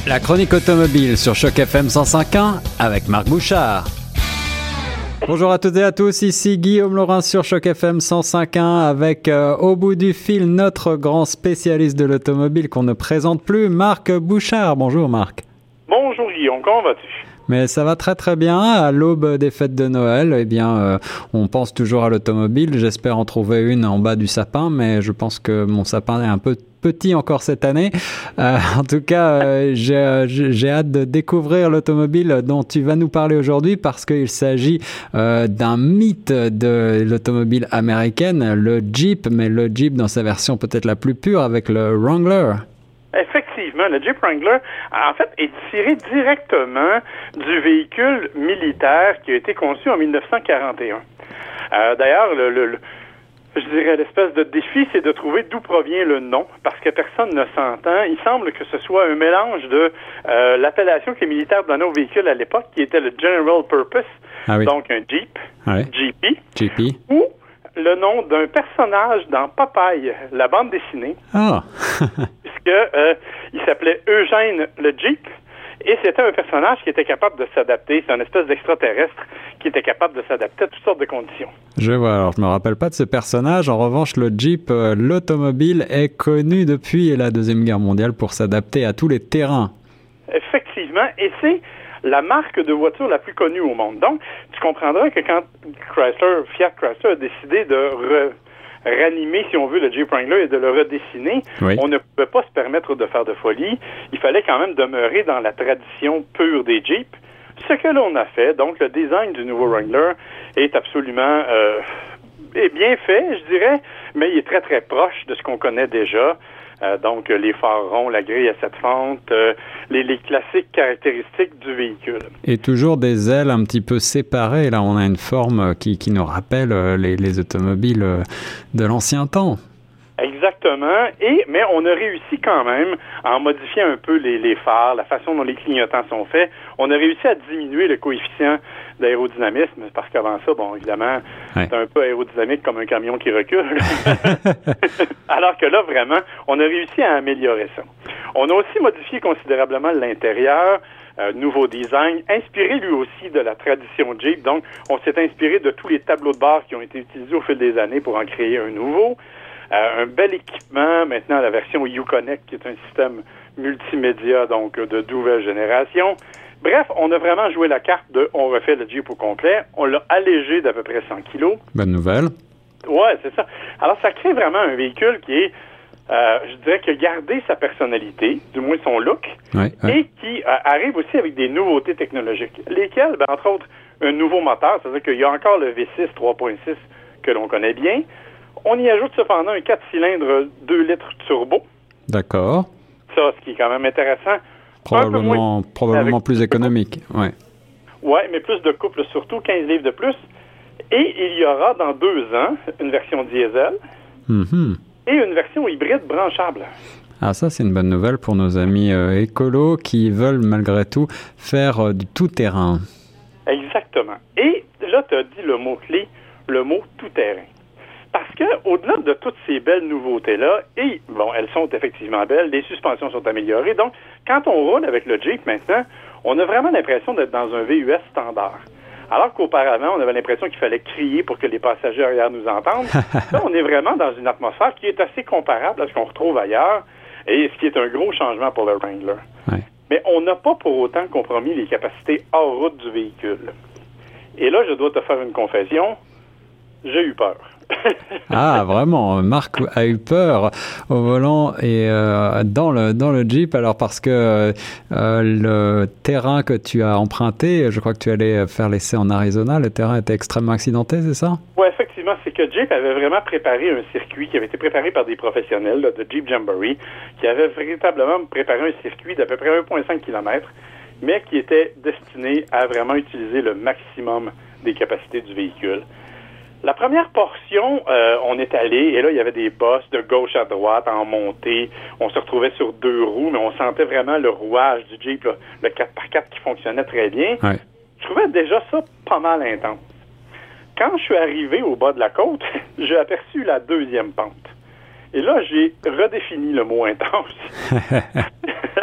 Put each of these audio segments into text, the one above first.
La chronique automobile sur Choc FM 105.1 avec Marc Bouchard. Bonjour à toutes et à tous, ici Guillaume Laurin sur Choc FM 105.1 avec au bout du fil notre grand spécialiste de l'automobile qu'on ne présente plus, Marc Bouchard. Bonjour Marc. Bonjour Guillaume, comment vas-tu? Mais ça va très très bien. À l'aube des fêtes de Noël, eh bien, on pense toujours à l'automobile. J'espère en trouver une en bas du sapin, mais je pense que mon sapin est un peu petit encore cette année. En tout cas, j'ai hâte de découvrir l'automobile dont tu vas nous parler aujourd'hui parce qu'il s'agit d'un mythe de l'automobile américaine, le Jeep, mais le Jeep dans sa version peut-être la plus pure avec le Wrangler. Effectivement, le Jeep Wrangler, en fait, est tiré directement du véhicule militaire qui a été conçu en 1941. D'ailleurs, je dirais l'espèce de défi, c'est de trouver d'où provient le nom, parce que personne ne s'entend. Il semble que ce soit un mélange de l'appellation que les militaires donnaient au véhicule à l'époque, qui était le General Purpose, donc un Jeep, GP, ou le nom d'un personnage dans Popeye, la bande dessinée. Il s'appelait Eugène le Jeep, et c'était un personnage qui était capable de s'adapter. C'est une espèce d'extraterrestre qui était capable de s'adapter à toutes sortes de conditions. Je vois, alors je me rappelle pas de ce personnage. En revanche, le Jeep, l'automobile, est connu depuis la Deuxième Guerre mondiale pour s'adapter à tous les terrains. Effectivement, et c'est la marque de voiture la plus connue au monde. Donc, tu comprendras que quand Fiat Chrysler a décidé de ranimer, si on veut, le Jeep Wrangler et de le redessiner, on ne pouvait pas se permettre de faire de folie. Il fallait quand même demeurer dans la tradition pure des Jeeps. Ce que l'on a fait, donc le design du nouveau Wrangler est absolument est bien fait, je dirais, mais il est très très proche de ce qu'on connaît déjà. Donc les phares ronds, la grille à 7 fentes, les classiques caractéristiques du véhicule. Et toujours des ailes un petit peu séparées. Là, on a une forme qui nous rappelle les automobiles de l'ancien temps. Exactement. Mais on a réussi quand même à en modifier un peu les phares, la façon dont les clignotants sont faits. On a réussi à diminuer le coefficient d'aérodynamisme, parce qu'avant ça, bon, évidemment, c'est un peu aérodynamique comme un camion qui recule. Alors que là, vraiment, on a réussi à améliorer ça. On a aussi modifié considérablement l'intérieur, nouveau design, inspiré lui aussi de la tradition Jeep. Donc, on s'est inspiré de tous les tableaux de bord qui ont été utilisés au fil des années pour en créer un nouveau. Un bel équipement, maintenant la version Uconnect, qui est un système multimédia, donc de nouvelle génération. Bref, on a vraiment joué la carte de on refait le Jeep au complet. On l'a allégé d'à peu près 100 kilos. Bonne nouvelle. Ouais, c'est ça. Alors, ça crée vraiment un véhicule qui est, je dirais, qui a gardé sa personnalité, du moins son look, et qui arrive aussi avec des nouveautés technologiques. Lesquelles, entre autres, un nouveau moteur, c'est-à-dire qu'il y a encore le V6 3.6 que l'on connaît bien. On y ajoute cependant un 4 cylindres 2 litres turbo. D'accord. Ça, ce qui est quand même intéressant. Probablement plus économique, Oui, mais plus de couple surtout, 15 livres de plus. Et il y aura dans 2 ans une version diesel et une version hybride branchable. Ah, ça, c'est une bonne nouvelle pour nos amis écolos qui veulent malgré tout faire du tout-terrain. Exactement. Et là, tu as dit le mot-clé, le mot tout-terrain. Parce que, au-delà de toutes ces belles nouveautés-là, et bon, elles sont effectivement belles, les suspensions sont améliorées. Donc, quand on roule avec le Jeep maintenant, on a vraiment l'impression d'être dans un VUS standard. Alors qu'auparavant, on avait l'impression qu'il fallait crier pour que les passagers arrière nous entendent. Là, on est vraiment dans une atmosphère qui est assez comparable à ce qu'on retrouve ailleurs, et ce qui est un gros changement pour le Wrangler. Mais on n'a pas pour autant compromis les capacités hors route du véhicule. Et là, je dois te faire une confession, j'ai eu peur. Ah, vraiment, Marc a eu peur au volant et dans le Jeep, alors parce que le terrain que tu as emprunté, je crois que tu allais faire l'essai en Arizona, le terrain était extrêmement accidenté, c'est ça? Oui, effectivement, c'est que Jeep avait vraiment préparé un circuit qui avait été préparé par des professionnels de Jeep Jamboree, qui avaient véritablement préparé un circuit d'à peu près 1,5 km, mais qui était destiné à vraiment utiliser le maximum des capacités du véhicule. La première portion, on est allé, et là, il y avait des bosses de gauche à droite en montée. On se retrouvait sur 2 roues, mais on sentait vraiment le rouage du Jeep, là, le 4x4 qui fonctionnait très bien. Je trouvais déjà ça pas mal intense. Quand je suis arrivé au bas de la côte, j'ai aperçu la 2e pente. Et là, j'ai redéfini le mot intense.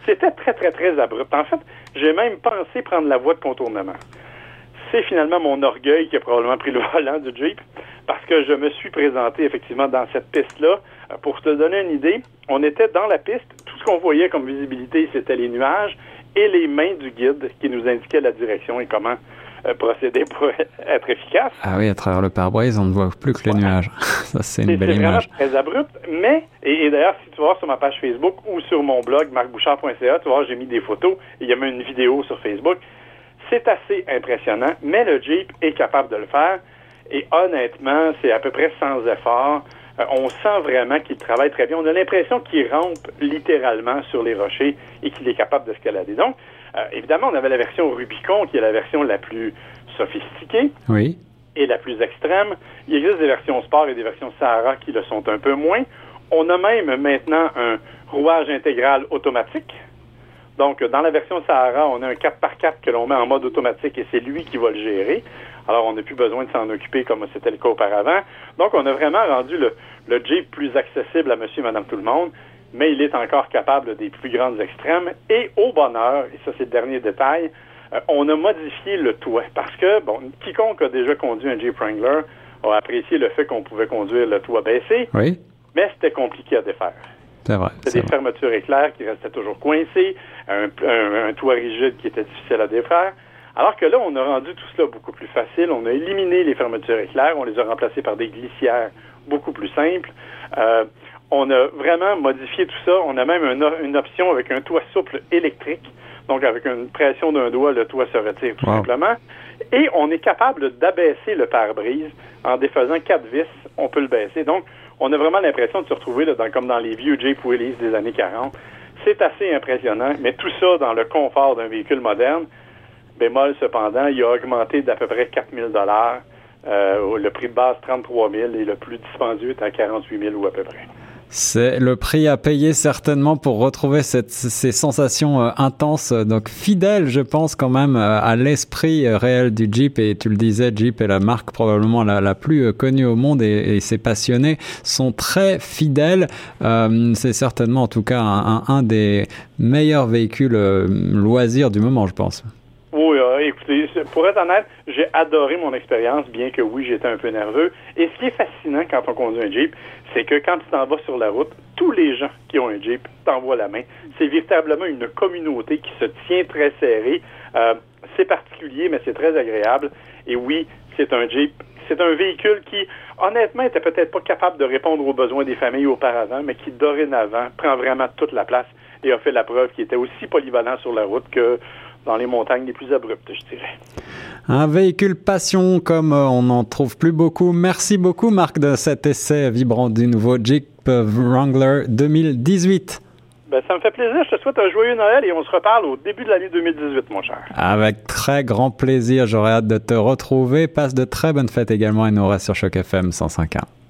C'était très, très, très abrupt. En fait, j'ai même pensé prendre la voie de contournement. C'est finalement mon orgueil qui a probablement pris le volant du Jeep, parce que je me suis présenté effectivement dans cette piste-là. Pour te donner une idée, on était dans la piste, tout ce qu'on voyait comme visibilité, c'était les nuages et les mains du guide qui nous indiquaient la direction et comment procéder pour être efficace. Ah oui, à travers le pare-brise, on ne voit plus que les nuages. Ça, c'est une belle image. C'est vraiment très abrupt, mais, et d'ailleurs, si tu vas voir sur ma page Facebook ou sur mon blog, marcbouchard.ca, tu vas voir, j'ai mis des photos, et il y a même une vidéo sur Facebook. C'est assez impressionnant, mais le Jeep est capable de le faire, et honnêtement, c'est à peu près sans effort. On sent vraiment qu'il travaille très bien. On a l'impression qu'il rampe littéralement sur les rochers et qu'il est capable d'escalader. Donc, évidemment, on avait la version Rubicon, qui est la version la plus sophistiquée et la plus extrême. Il existe des versions Sport et des versions Sahara qui le sont un peu moins. On a même maintenant un rouage intégral automatique. Donc, dans la version Sahara, on a un 4x4 que l'on met en mode automatique et c'est lui qui va le gérer. Alors, on n'a plus besoin de s'en occuper comme c'était le cas auparavant. Donc, on a vraiment rendu le Jeep plus accessible à monsieur et madame tout le monde, mais il est encore capable des plus grandes extrêmes. Et au bonheur, et ça c'est le dernier détail, on a modifié le toit parce que, bon, quiconque a déjà conduit un Jeep Wrangler a apprécié le fait qu'on pouvait conduire le toit baissé, mais c'était compliqué à défaire. C'est vrai. C'était des fermetures éclairs qui restaient toujours coincées, un toit rigide qui était difficile à défaire. Alors que là, on a rendu tout cela beaucoup plus facile. On a éliminé les fermetures éclairs, on les a remplacées par des glissières beaucoup plus simples. On a vraiment modifié tout ça. On a même une option avec un toit souple électrique. Donc, avec une pression d'un doigt, le toit se retire tout simplement. Et on est capable d'abaisser le pare-brise en défaisant 4 vis. On peut le baisser. Donc, on a vraiment l'impression de se retrouver là, comme dans les vieux Jeep Willys des années 40. C'est assez impressionnant, mais tout ça dans le confort d'un véhicule moderne. Bémol, cependant, il a augmenté d'à peu près 4 000 le prix de base, 33 000 et le plus dispendieux est à 48 000 ou à peu près. C'est le prix à payer certainement pour retrouver ces sensations intenses, donc fidèles, je pense, quand même à l'esprit réel du Jeep. Et tu le disais, Jeep est la marque probablement la plus connue au monde et ses passionnés sont très fidèles. C'est certainement en tout cas un des meilleurs véhicules loisirs du moment, je pense. Oui, écoutez, pour être honnête, j'ai adoré mon expérience, bien que oui, j'étais un peu nerveux. Et ce qui est fascinant quand on conduit un Jeep, c'est que quand tu t'en vas sur la route, tous les gens qui ont un Jeep t'envoient la main. C'est véritablement une communauté qui se tient très serrée. C'est particulier, mais c'est très agréable. Et oui, c'est un Jeep. C'est un véhicule qui, honnêtement, était peut-être pas capable de répondre aux besoins des familles auparavant, mais qui, dorénavant, prend vraiment toute la place et a fait la preuve qu'il était aussi polyvalent sur la route que dans les montagnes les plus abruptes, je dirais. Un véhicule passion comme on n'en trouve plus beaucoup. Merci beaucoup, Marc, de cet essai vibrant du nouveau Jeep Wrangler 2018. Ça me fait plaisir. Je te souhaite un joyeux Noël et on se reparle au début de l'année 2018, mon cher. Avec très grand plaisir. J'aurais hâte de te retrouver. Passe de très bonnes fêtes également et nous reste sur Choc FM 105.1.